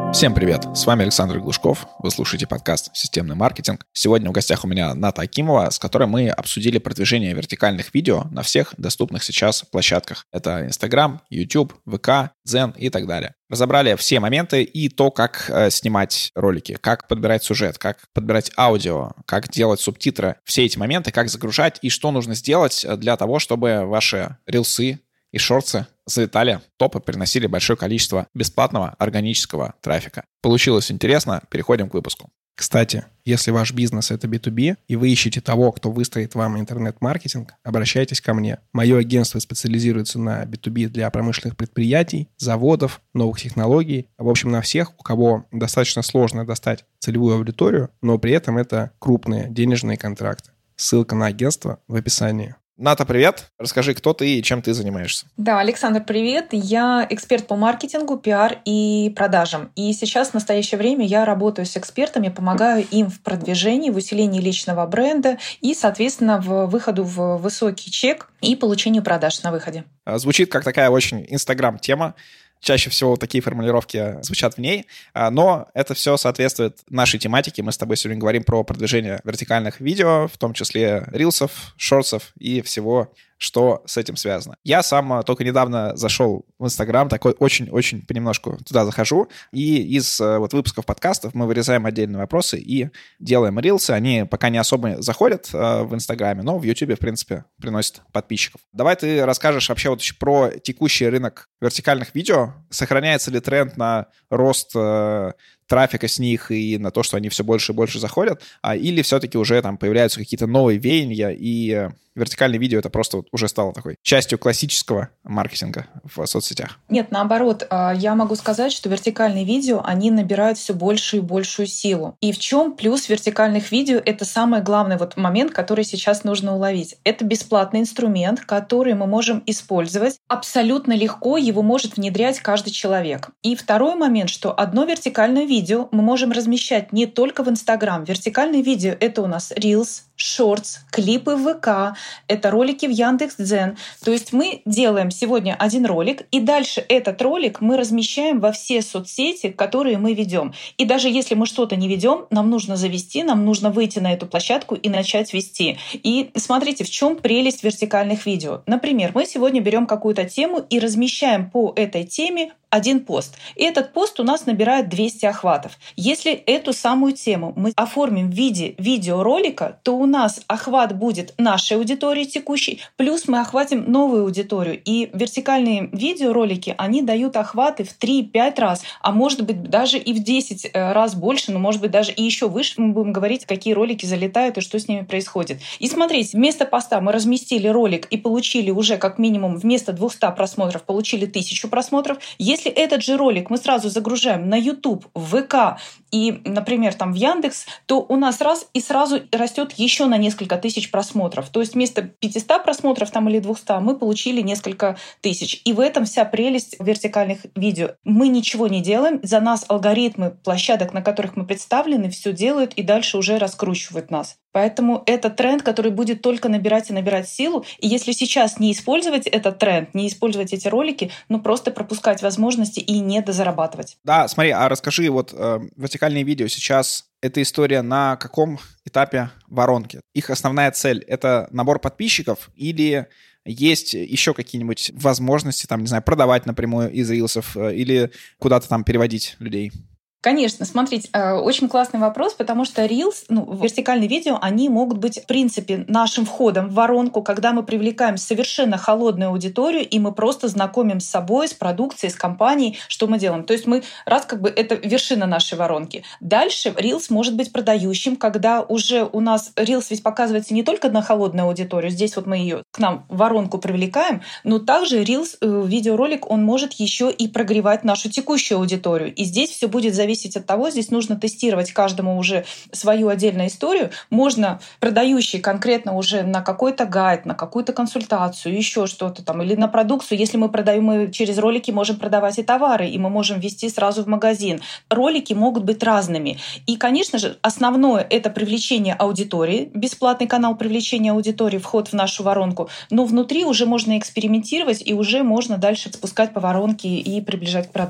Всем привет! С вами Александр Глушков. Вы слушаете подкаст «Системный маркетинг». Сегодня в гостях у меня Ната Акимова, с которой мы обсудили продвижение вертикальных видео на всех доступных сейчас площадках. Это Instagram, YouTube, ВК, Дзен и так далее. Разобрали все моменты и то, как снимать ролики, как подбирать сюжет, как подбирать аудио, как делать субтитры. Все эти моменты, как загружать и что нужно сделать для того, чтобы ваши рилсы и шортсы залетали, топы приносили большое количество бесплатного органического трафика. Получилось интересно, переходим к выпуску. Кстати, если ваш бизнес — это B2B, и вы ищете того, кто выстроит вам интернет-маркетинг, обращайтесь ко мне. Мое агентство специализируется на B2B для промышленных предприятий, заводов, новых технологий. В общем, на всех, у кого достаточно сложно достать целевую аудиторию, но при этом это крупные денежные контракты. Ссылка на агентство в описании. Ната, привет. Расскажи, кто ты и чем ты занимаешься. Да, Александр, привет. Я эксперт по маркетингу, пиар и продажам. И сейчас в настоящее время я работаю с экспертами, помогаю им в продвижении, в усилении личного бренда и, соответственно, в выходу в высокий чек и получению продаж на выходе. Звучит как такая очень Инстаграм-тема. Чаще всего такие формулировки звучат в ней, но это все соответствует нашей тематике. Мы с тобой сегодня говорим про продвижение вертикальных видео, в том числе рилсов, шортсов и всего, что с этим связано. Я сам только недавно зашел в Инстаграм, такой очень-очень понемножку туда захожу, и из выпусков подкастов мы вырезаем отдельные вопросы и делаем рилсы. Они пока не особо заходят в Инстаграме, но в Ютубе, в принципе, приносят подписчиков. Давай ты расскажешь вообще вот еще про текущий рынок вертикальных видео. Сохраняется ли тренд на рост трафика с них и на то, что они все больше и больше заходят, или все-таки уже там появляются какие-то новые веяния, и вертикальное видео это просто уже стало такой частью классического маркетинга в соцсетях? Нет, наоборот, я могу сказать, что вертикальные видео, они набирают все большую и большую силу. И в чем плюс вертикальных видео? Это самый главный момент, который сейчас нужно уловить. Это бесплатный инструмент, который мы можем использовать. Абсолютно легко его может внедрять каждый человек. И второй момент, что одно вертикальное видео мы можем размещать не только в Instagram. Вертикальные видео — это у нас Reels, Shorts, клипы в ВК, это ролики в Яндекс.Дзен. То есть мы делаем сегодня один ролик, и дальше этот ролик мы размещаем во все соцсети, которые мы ведем. И даже если мы что-то не ведем, нам нужно завести, нам нужно выйти на эту площадку и начать вести. И смотрите, в чем прелесть вертикальных видео. Например, мы сегодня берем какую-то тему и размещаем по этой теме один пост. И этот пост у нас набирает 200 охватов. Если эту самую тему мы оформим в виде видеоролика, то у нас охват будет нашей аудитории текущей, плюс мы охватим новую аудиторию. И вертикальные видеоролики, они дают охваты в 3-5 раз, а может быть даже и в 10 раз больше, но может быть даже и еще выше. Мы будем говорить, какие ролики залетают и что с ними происходит. И смотрите, вместо поста мы разместили ролик и получили уже как минимум вместо 200 просмотров получили 1000 просмотров. Если этот же ролик мы сразу загружаем на YouTube, в ВК и, например, там в Яндекс, то у нас раз и сразу растет еще на несколько тысяч просмотров. То есть вместо 500 просмотров там или 200 мы получили несколько тысяч. И в этом вся прелесть вертикальных видео. Мы ничего не делаем, за нас алгоритмы площадок, на которых мы представлены, все делают и дальше уже раскручивают нас. Поэтому это тренд, который будет только набирать и набирать силу. И если сейчас не использовать этот тренд, не использовать эти ролики, просто пропускать возможности и не дозарабатывать. Да, смотри, а расскажи, вертикальные видео сейчас — это история на каком этапе воронки? Их основная цель — это набор подписчиков или есть еще какие-нибудь возможности, продавать напрямую из рилсов или куда-то там переводить людей? Конечно, смотрите, очень классный вопрос, потому что Reels, вертикальные видео, они могут быть, в принципе, нашим входом в воронку, когда мы привлекаем совершенно холодную аудиторию, и мы просто знакомим с собой, с продукцией, с компанией, что мы делаем. То есть это вершина нашей воронки. Дальше Reels может быть продающим, когда уже у нас Reels ведь показывается не только на холодную аудиторию, здесь мы ее к нам в воронку привлекаем, но также Reels, видеоролик, он может еще и прогревать нашу текущую аудиторию. И здесь все будет зависеть от того, здесь нужно тестировать каждому уже свою отдельную историю. Можно продающий конкретно уже на какой-то гайд, на какую-то консультацию, еще что-то там, или на продукцию. Если мы продаем, мы через ролики можем продавать и товары, и мы можем ввести сразу в магазин. Ролики могут быть разными. И, конечно же, основное — это привлечение аудитории, бесплатный канал привлечения аудитории, вход в нашу воронку. Но внутри уже можно экспериментировать, и уже можно дальше спускать по воронке и приближать к продажам.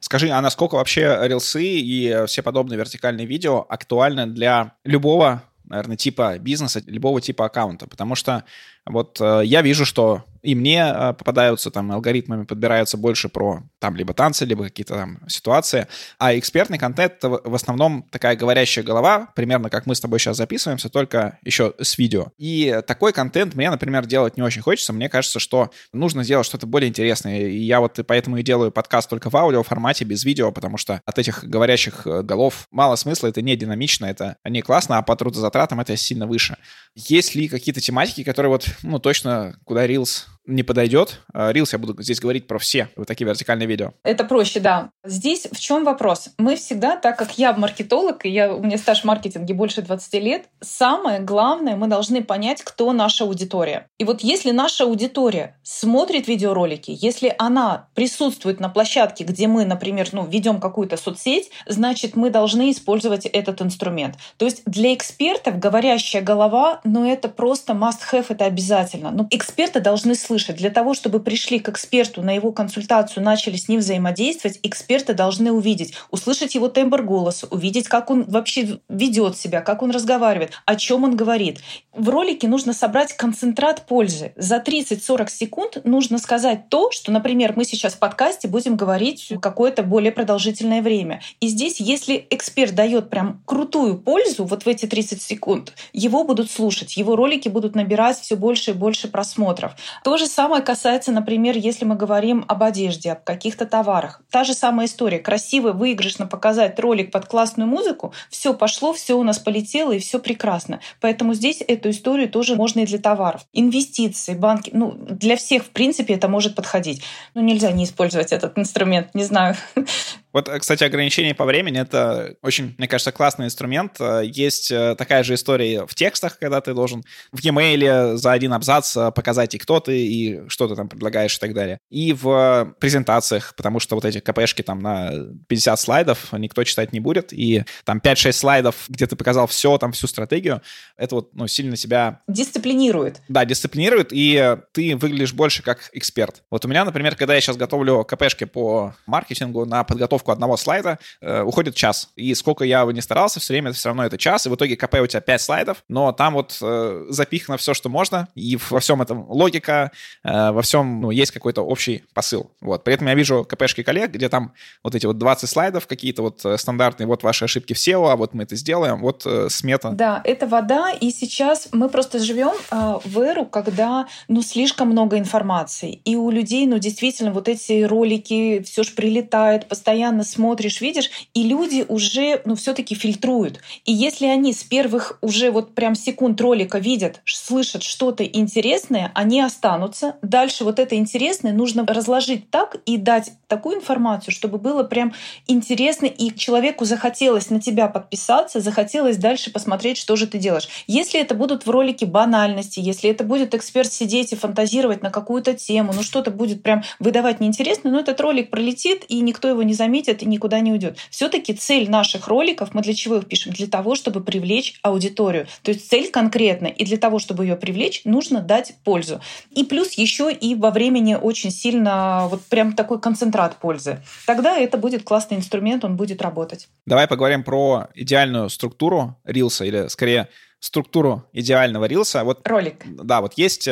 Скажи, а насколько вообще рилсы и все подобные вертикальные видео актуальны для любого, наверное, типа бизнеса, любого типа аккаунта? Потому что вот я вижу, что и мне попадаются там алгоритмами, подбираются больше про там либо танцы, либо какие-то там ситуации, а экспертный контент — это в основном такая говорящая голова, примерно как мы с тобой сейчас записываемся, только еще с видео. И такой контент мне, например, делать не очень хочется. Мне кажется, что нужно сделать что-то более интересное. И я вот поэтому и делаю подкаст только в аудиоформате, без видео, потому что от этих говорящих голов мало смысла, это не динамично, это не классно, а по трудозатратам это сильно выше. Есть ли какие-то тематики, которые вот, точно куда Reels не подойдет? Reels я буду здесь говорить про все вот такие вертикальные видео. Это проще, да. Здесь в чем вопрос? Мы всегда, так как я маркетолог, и у меня стаж в маркетинге больше 20 лет, самое главное, мы должны понять, кто наша аудитория. И вот если наша аудитория смотрит видеоролики, если она присутствует на площадке, где мы, например, ведем какую-то соцсеть, значит, мы должны использовать этот инструмент. То есть для экспертов говорящая голова, это просто must-have, это обязательно. Эксперты должны слышать. Для того, чтобы пришли к эксперту на его консультацию, начали с ним взаимодействовать, эксперты должны услышать его тембр голоса, увидеть, как он вообще ведет себя, как он разговаривает, о чем он говорит. В ролике нужно собрать концентрат пользы. За 30-40 секунд нужно сказать то, что, например, мы сейчас в подкасте будем говорить какое-то более продолжительное время. И здесь, если эксперт дает прям крутую пользу, вот в эти 30 секунд, его будут слушать, его ролики будут набирать все больше и больше просмотров. То же самое касается, например, если мы говорим об одежде, об каких-то товарах. Та же самая история. Красиво, выигрышно показать ролик под классную музыку, все пошло, все у нас полетело, и все прекрасно. Поэтому здесь эту историю тоже можно и для товаров. Инвестиции, банки, для всех, в принципе, это может подходить. Нельзя не использовать этот инструмент, не знаю. Вот, кстати, ограничение по времени — это очень, мне кажется, классный инструмент. Есть такая же история в текстах, когда ты должен в e-mail за один абзац показать и кто ты, и что ты там предлагаешь и так далее. И в презентациях, потому что вот эти КПшки там на 50 слайдов никто читать не будет, и там 5-6 слайдов, где ты показал все, там всю стратегию, это вот сильно себя... Дисциплинирует. Да, дисциплинирует, и ты выглядишь больше как эксперт. Вот у меня, например, когда я сейчас готовлю КПшки по маркетингу на подготовку одного слайда, уходит час. И сколько я бы ни старался, все время все равно это час, и в итоге КП у тебя 5 слайдов, но там вот запихано все, что можно, и во всем этом логика, во всем есть какой-то общий посыл. Вот. При этом я вижу КПшки коллег, где там вот эти вот 20 слайдов какие-то вот стандартные, вот ваши ошибки в SEO, а вот мы это сделаем, вот смета. Да, это вода, и сейчас мы просто живем в эру, когда слишком много информации, и у людей действительно вот эти ролики, все ж прилетает, постоянно смотришь, видишь, и люди уже все-таки фильтруют. И если они с первых уже вот прям секунд ролика видят, слышат что-то интересное, они останутся. Дальше вот это интересное нужно разложить так и дать такую информацию, чтобы было прям интересно, и человеку захотелось на тебя подписаться, захотелось дальше посмотреть, что же ты делаешь. Если это будут в ролике банальности, если это будет эксперт сидеть и фантазировать на какую-то тему, что-то будет прям выдавать неинтересно, но этот ролик пролетит, и никто его не заметит, и никуда не уйдет. Все-таки цель наших роликов, мы для чего их пишем? Для того, чтобы привлечь аудиторию. То есть цель конкретная, и для того, чтобы ее привлечь, нужно дать пользу. И плюс еще и во времени очень сильно вот прям такой концентрат пользы. Тогда это будет классный инструмент, он будет работать. Давай поговорим про идеальную структуру рилса, или скорее структуру идеального рилса. Ролик. Да, вот есть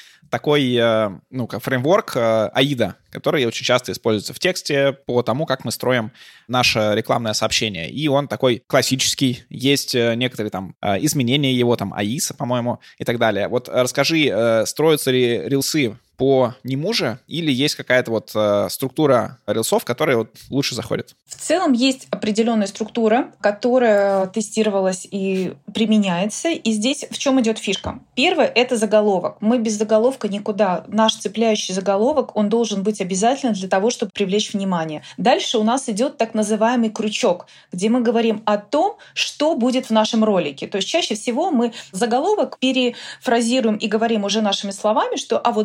такой фреймворк AIDA, который очень часто используется в тексте по тому, как мы строим наше рекламное сообщение. И он такой классический. Есть некоторые там изменения его, там AISA, по-моему, и так далее. Вот расскажи, строятся ли рилсы по нему же, или есть какая-то вот структура рилсов, которая вот лучше заходит? В целом есть определенная структура, которая тестировалась и применяется. И здесь в чем идет фишка? Первое — это заголовок. Мы без заголовка никуда. Наш цепляющий заголовок, он должен быть обязательно для того, чтобы привлечь внимание. Дальше у нас идет так называемый крючок, где мы говорим о том, что будет в нашем ролике. То есть чаще всего мы заголовок перефразируем и говорим уже нашими словами, что вот здесь мы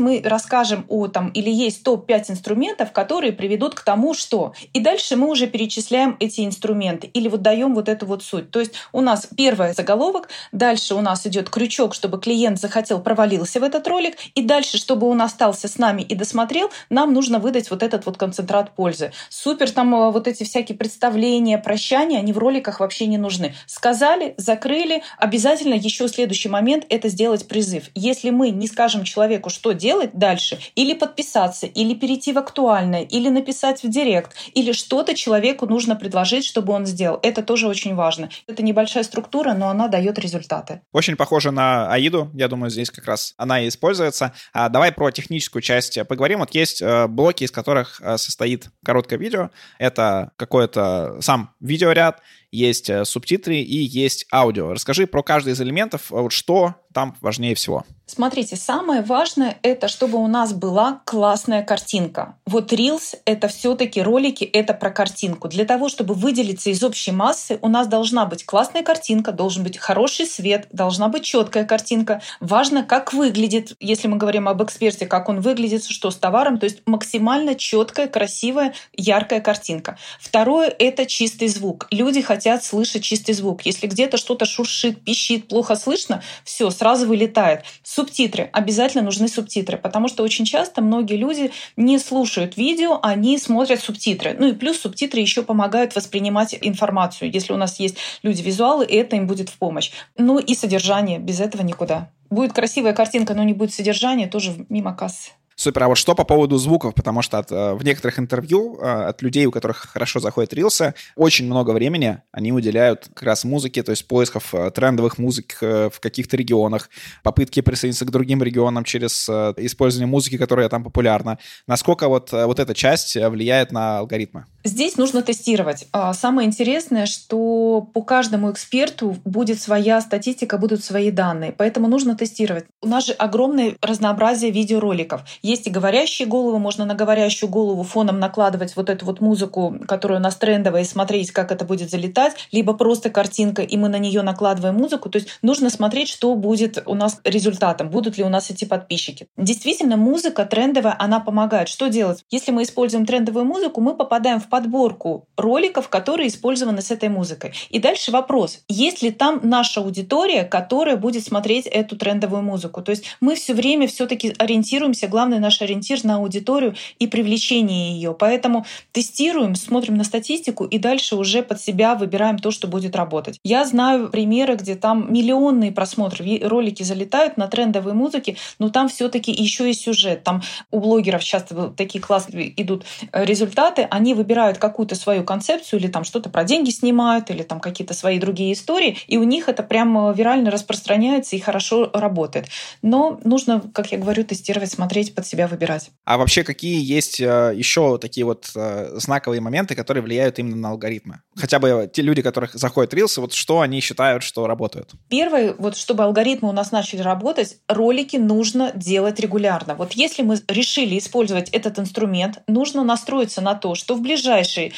мы расскажем или есть топ-5 инструментов, которые приведут к тому, что. И дальше мы уже перечисляем эти инструменты или даем эту суть. То есть у нас первый заголовок, дальше у нас идет крючок, чтобы клиент захотел, провалился в этот ролик, и дальше, чтобы он остался с нами и досмотрел, нам нужно выдать этот концентрат пользы. Супер, там эти всякие представления, прощания, они в роликах вообще не нужны. Сказали, закрыли, обязательно еще следующий момент — это сделать призыв. Если мы не скажем человеку, что делать дальше, или подписаться, или перейти в актуальное, или написать в директ, или что-то человеку нужно предложить, чтобы он сделал. Это тоже очень важно. Это небольшая структура, но она дает результаты. Очень похоже на AIDA. Я думаю, здесь как раз она и используется. Давай про техническую часть поговорим. Есть блоки, из которых состоит короткое видео. Это какой-то сам видеоряд, есть субтитры и есть аудио. Расскажи про каждый из элементов, что там важнее всего. Смотрите, самое важное — это чтобы у нас была классная картинка. Reels — это все-таки ролики, это про картинку. Для того, чтобы выделиться из общей массы, у нас должна быть классная картинка, должен быть хороший свет, должна быть четкая картинка. Важно, как выглядит, если мы говорим об эксперте, как он выглядит, что с товаром, то есть максимально четкая, красивая, яркая картинка. Второе — это чистый звук. Люди хотят слышать чистый звук. Если где-то что-то шуршит, пищит, плохо слышно, все, сразу вылетает. Субтитры. Обязательно нужны субтитры, потому что очень часто многие люди не слушают видео, они смотрят субтитры. И плюс субтитры еще помогают воспринимать информацию. Если у нас есть люди-визуалы, это им будет в помощь. И содержание. Без этого никуда. Будет красивая картинка, но не будет содержания, тоже мимо кассы. Супер. А что по поводу звуков? Потому что в некоторых интервью от людей, у которых хорошо заходят рилсы, очень много времени они уделяют как раз музыке, то есть поисков трендовых музык в каких-то регионах, попытки присоединиться к другим регионам через использование музыки, которая там популярна. Насколько эта часть влияет на алгоритмы? Здесь нужно тестировать. Самое интересное, что по каждому эксперту будет своя статистика, будут свои данные. Поэтому нужно тестировать. У нас же огромное разнообразие видеороликов. Есть и говорящие головы, можно на говорящую голову фоном накладывать эту музыку, которая у нас трендовая, и смотреть, как это будет залетать, либо просто картинка, и мы на нее накладываем музыку. То есть нужно смотреть, что будет у нас результатом, будут ли у нас идти подписчики. Действительно, музыка трендовая, она помогает. Что делать? Если мы используем трендовую музыку, мы попадаем в подборку роликов, которые использованы с этой музыкой. И дальше вопрос, есть ли там наша аудитория, которая будет смотреть эту трендовую музыку. То есть мы все время все-таки ориентируемся, главный наш ориентир на аудиторию и привлечение ее. Поэтому тестируем, смотрим на статистику и дальше уже под себя выбираем то, что будет работать. Я знаю примеры, где там миллионные просмотры, ролики залетают на трендовой музыке, но там все-таки еще и сюжет. Там у блогеров часто такие классные идут результаты, они выбирают какую-то свою концепцию или там что-то про деньги снимают, или там какие-то свои другие истории, и у них это прям вирально распространяется и хорошо работает. Но нужно, как я говорю, тестировать, смотреть, под себя выбирать. А вообще какие есть еще такие знаковые моменты, которые влияют именно на алгоритмы? Хотя бы те люди, которых заходят рилсы, что они считают, что работают? Первое, чтобы алгоритмы у нас начали работать, ролики нужно делать регулярно. Если мы решили использовать этот инструмент, нужно настроиться на то, что в ближайшие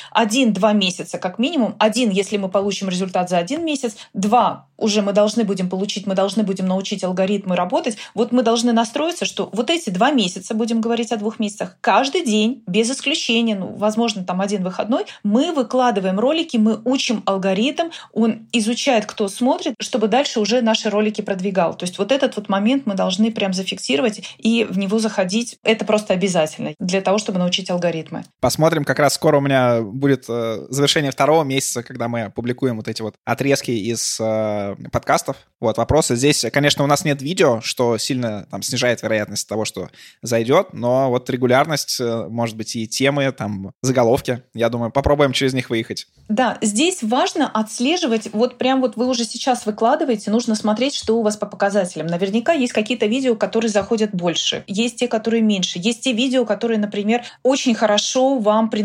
1-2 месяца как минимум, 1, если мы получим результат за 1 месяц, 2 уже мы должны будем получить, мы должны будем научить алгоритмы работать. Мы должны настроиться, что эти 2 месяца, будем говорить о 2 месяцах, каждый день, без исключения, возможно, там 1 выходной, мы выкладываем ролики, мы учим алгоритм, он изучает, кто смотрит, чтобы дальше уже наши ролики продвигал. То есть этот момент мы должны прям зафиксировать и в него заходить. Это просто обязательно для того, чтобы научить алгоритмы. Посмотрим, как раз скоро у меня будет завершение 2-го месяца, когда мы публикуем эти отрезки из подкастов. Вопросы. Здесь, конечно, у нас нет видео, что сильно снижает вероятность того, что зайдет, но регулярность, может быть, и темы, заголовки, я думаю, попробуем через них выехать. Да, здесь важно отслеживать, прям вы уже сейчас выкладываете, нужно смотреть, что у вас по показателям. Наверняка есть какие-то видео, которые заходят больше, есть те, которые меньше, есть те видео, которые, например, очень хорошо вам приносят потом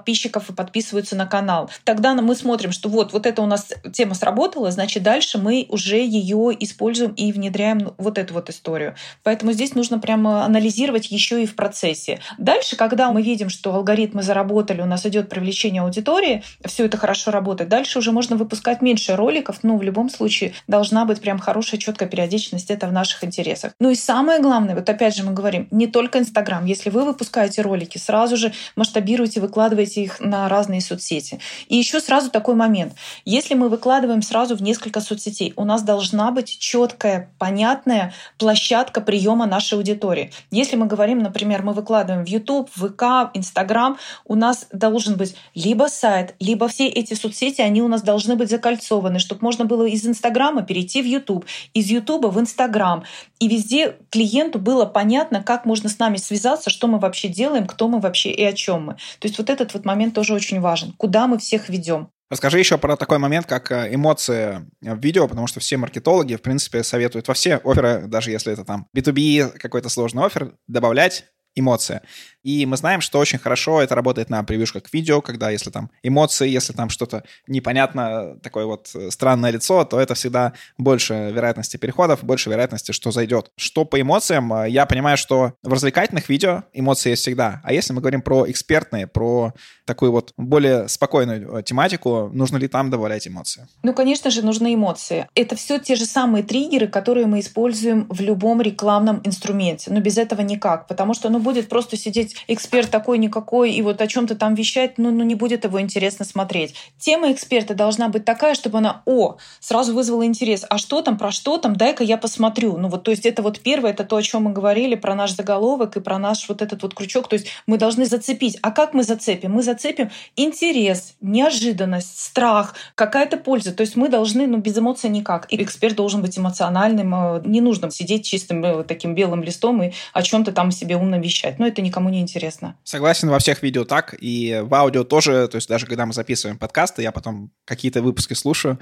подписчиков и подписываются на канал. Тогда мы смотрим, что вот это у нас тема сработала, значит, дальше мы уже ее используем и внедряем вот эту вот историю. Поэтому здесь нужно прямо анализировать еще и в процессе. Дальше, когда мы видим, что алгоритмы заработали, у нас идет привлечение аудитории, все это хорошо работает, дальше уже можно выпускать меньше роликов, но в любом случае должна быть прям хорошая, четкая периодичность, это в наших интересах. Ну и самое главное, вот опять же мы говорим, не только Инстаграм. Если вы выпускаете ролики, сразу же масштабируйте, выкладывайте их на разные соцсети. И еще сразу такой момент. Если мы выкладываем сразу в несколько соцсетей, у нас должна быть четкая, понятная площадка приема нашей аудитории. Если мы говорим, например, мы выкладываем в YouTube, ВК, Инстаграм, у нас должен быть либо сайт, либо все эти соцсети, они у нас должны быть закольцованы, чтобы можно было из Инстаграма перейти в YouTube, из Ютуба в Инстаграм. И везде клиенту было понятно, как можно с нами связаться, что мы вообще делаем, кто мы вообще и о чем мы. То есть вот этот вот момент тоже очень важен. Куда мы всех ведем? Расскажи еще про такой момент, как эмоции в видео, потому что все маркетологи, в принципе, советуют во все офферы, даже если это там B2B, какой-то сложный оффер, добавлять эмоции. И мы знаем, что очень хорошо это работает на превьюшках к видео, когда если там эмоции, если там что-то непонятно, такое вот странное лицо, то это всегда больше вероятности переходов, больше вероятности, что зайдет. Что по эмоциям, я понимаю, что в развлекательных видео эмоции есть всегда. А если мы говорим про экспертные, про такую вот более спокойную тематику, нужно ли там добавлять эмоции? Ну, конечно же, нужны эмоции. Это все те же самые триггеры, которые мы используем в любом рекламном инструменте. Но без этого никак, потому что будет просто сидеть эксперт такой-никакой и вот о чем-то там вещать, не будет его интересно смотреть. Тема эксперта должна быть такая, чтобы она, сразу вызвала интерес. А что там, про что там, дай-ка я посмотрю. То есть это вот первое, это то, о чем мы говорили, про наш заголовок и про наш вот этот вот крючок. То есть мы должны зацепить. А как мы зацепим? Мы зацепим интерес, неожиданность, страх, какая-то польза. То есть мы должны, без эмоций никак. И эксперт должен быть эмоциональным. Не нужно сидеть чистым таким белым листом и о чем-то там себе умно вещать. Это никому не интересно. Согласен, во всех видео так, и в аудио тоже, то есть даже когда мы записываем подкасты, я потом какие-то выпуски слушаю,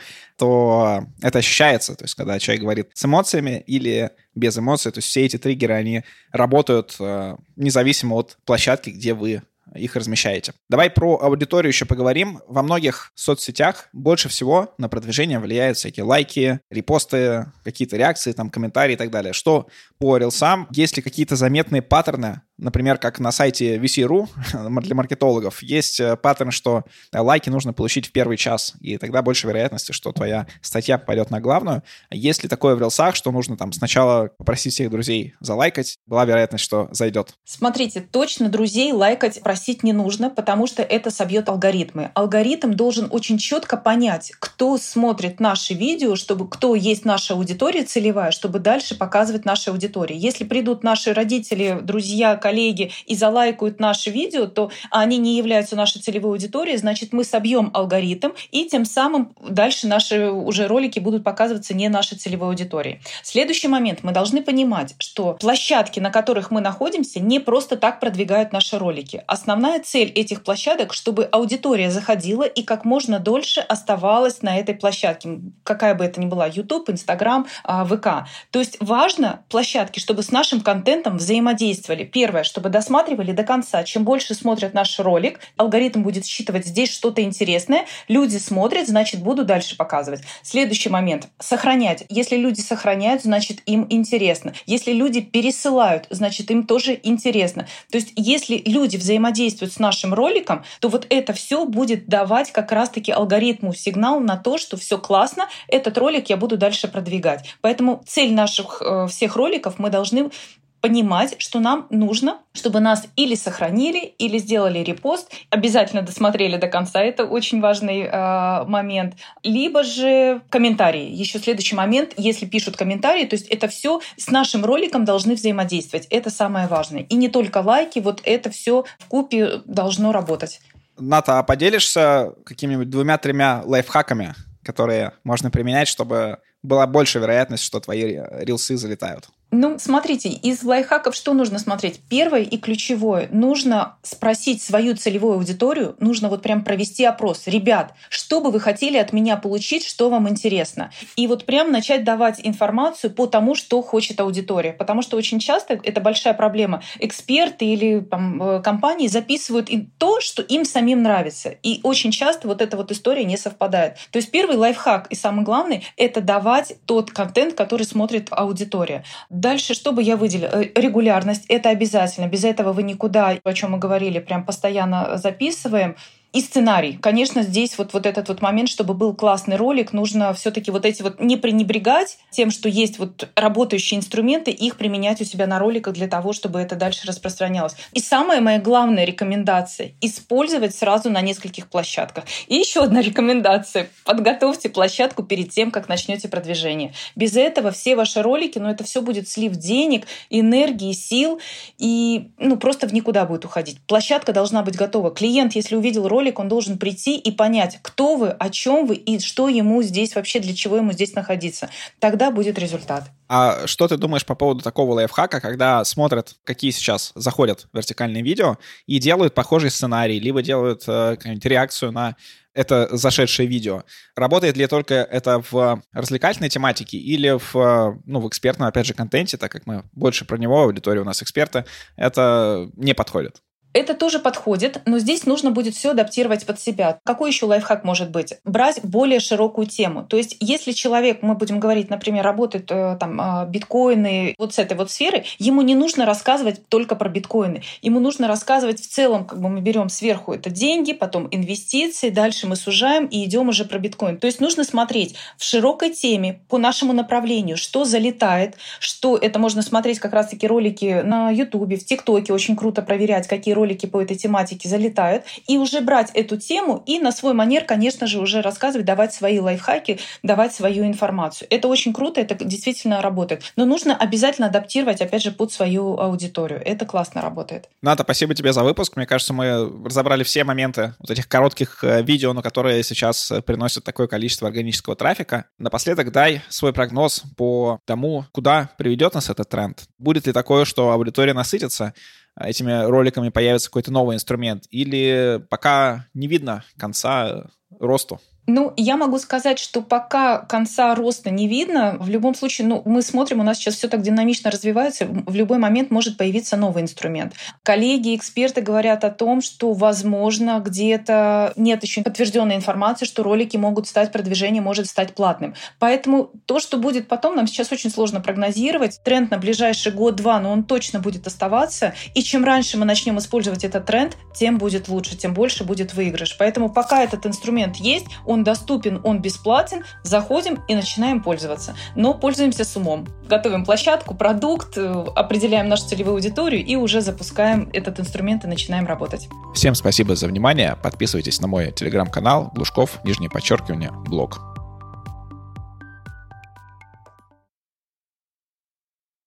то это ощущается, то есть когда человек говорит с эмоциями или без эмоций, то есть все эти триггеры, они работают независимо от площадки, где вы их размещаете. Давай про аудиторию еще поговорим. Во многих соцсетях больше всего на продвижение влияют всякие лайки, репосты, какие-то реакции, там, комментарии и так далее. Что по рилсам? Есть ли какие-то заметные паттерны? Например, как на сайте VC.ru для маркетологов есть паттерн, что лайки нужно получить в первый час, и тогда больше вероятности, что твоя статья попадет на главную. Есть ли такое в рилсах, что нужно там сначала попросить всех друзей залайкать, была вероятность, что зайдет? Смотрите, точно друзей лайкать просить не нужно, потому что это собьет алгоритмы. Алгоритм должен очень четко понять, кто смотрит наши видео, чтобы кто есть наша аудитория целевая, чтобы дальше показывать нашей аудитории. Если придут наши родители, друзья, коллеги и залайкают наши видео, то они не являются нашей целевой аудиторией, значит, мы собьем алгоритм, и тем самым дальше наши уже ролики будут показываться не нашей целевой аудитории. Следующий момент. Мы должны понимать, что площадки, на которых мы находимся, не просто так продвигают наши ролики. Основная цель этих площадок, чтобы аудитория заходила и как можно дольше оставалась на этой площадке, какая бы это ни была, YouTube, Instagram, ВК. То есть важно площадки, чтобы с нашим контентом взаимодействовали. Первое, чтобы досматривали до конца. Чем больше смотрят наш ролик, алгоритм будет считывать здесь что-то интересное, люди смотрят, значит, буду дальше показывать. Следующий момент. Сохранять. Если люди сохраняют, значит, им интересно. Если люди пересылают, значит, им тоже интересно. То есть если люди взаимодействуют с нашим роликом, то вот это все будет давать как раз-таки алгоритму сигнал на то, что все классно, этот ролик я буду дальше продвигать. Поэтому цель наших всех роликов мы должны понимать, что нам нужно, чтобы нас или сохранили, или сделали репост, обязательно досмотрели до конца, это очень важный момент, либо же комментарии. Еще следующий момент, если пишут комментарии, то есть это все с нашим роликом должны взаимодействовать, это самое важное. И не только лайки, вот это все вкупе должно работать. Ната, а поделишься какими-нибудь 2-3 лайфхаками, которые можно применять, чтобы была больше вероятность, что твои рилсы залетают? Ну, смотрите, из лайфхаков что нужно смотреть? Первое и ключевое. Нужно спросить свою целевую аудиторию, нужно вот прям провести опрос. Ребят, что бы вы хотели от меня получить, что вам интересно? И вот прям начать давать информацию по тому, что хочет аудитория. Потому что очень часто это большая проблема. Эксперты или там, компании записывают то, что им самим нравится. И очень часто вот эта вот история не совпадает. То есть первый лайфхак и самый главный — это давать тот контент, который смотрит аудитория. Дальше, что бы я выделила? Регулярность — это обязательно. Без этого вы никуда, о чем мы говорили, прям постоянно записываем. И сценарий. Конечно, здесь вот этот вот момент, чтобы был классный ролик, нужно все-таки вот эти вот не пренебрегать тем, что есть вот работающие инструменты, их применять у себя на роликах для того, чтобы это дальше распространялось. И самая моя главная рекомендация — использовать сразу на нескольких площадках. И еще одна рекомендация — подготовьте площадку перед тем, как начнете продвижение. Без этого все ваши ролики, это все будет слив денег, энергии, сил, и просто в никуда будет уходить. Площадка должна быть готова. Клиент, если увидел ролик, он должен прийти и понять, кто вы, о чем вы и что ему здесь вообще, для чего ему здесь находиться. Тогда будет результат. А что ты думаешь по поводу такого лайфхака, когда смотрят, какие сейчас заходят вертикальные видео и делают похожий сценарий, либо делают какую-нибудь реакцию на это зашедшее видео? Работает ли только это в развлекательной тематике или в экспертном, опять же, контенте, так как мы больше про него, аудитория у нас эксперты, это не подходит? Это тоже подходит, но здесь нужно будет все адаптировать под себя. Какой еще лайфхак может быть? Брать более широкую тему. То есть, если человек, мы будем говорить, например, работает биткоины, вот с этой вот сферы, ему не нужно рассказывать только про биткоины. Ему нужно рассказывать в целом, мы берем сверху это деньги, потом инвестиции, дальше мы сужаем и идем уже про биткоин. То есть нужно смотреть в широкой теме по нашему направлению, что залетает, что это можно смотреть как раз-таки ролики на Ютубе, в ТикТоке, очень круто проверять, какие ролики по этой тематике залетают, и уже брать эту тему и на свой манер, конечно же, уже рассказывать, давать свои лайфхаки, давать свою информацию. Это очень круто, это действительно работает. Но нужно обязательно адаптировать, опять же, под свою аудиторию. Это классно работает. Ната, спасибо тебе за выпуск. Мне кажется, мы разобрали все моменты вот этих коротких видео, но которые сейчас приносят такое количество органического трафика. Напоследок дай свой прогноз по тому, куда приведет нас этот тренд. Будет ли такое, что аудитория насытится этими роликами, появится какой-то новый инструмент, или пока не видно конца росту? Я могу сказать, что пока конца роста не видно, в любом случае, мы смотрим, у нас сейчас все так динамично развивается, в любой момент может появиться новый инструмент. Коллеги, эксперты говорят о том, что, возможно, где-то нет еще подтвержденной информации, что ролики могут стать, продвижение может стать платным. Поэтому то, что будет потом, нам сейчас очень сложно прогнозировать. Тренд на ближайший год-два, но он точно будет оставаться. И чем раньше мы начнем использовать этот тренд, тем будет лучше, тем больше будет выигрыш. Поэтому пока этот инструмент есть, он доступен, он бесплатен, заходим и начинаем пользоваться. Но пользуемся с умом. Готовим площадку, продукт, определяем нашу целевую аудиторию и уже запускаем этот инструмент и начинаем работать. Всем спасибо за внимание. Подписывайтесь на мой телеграм-канал Глушков, _блог.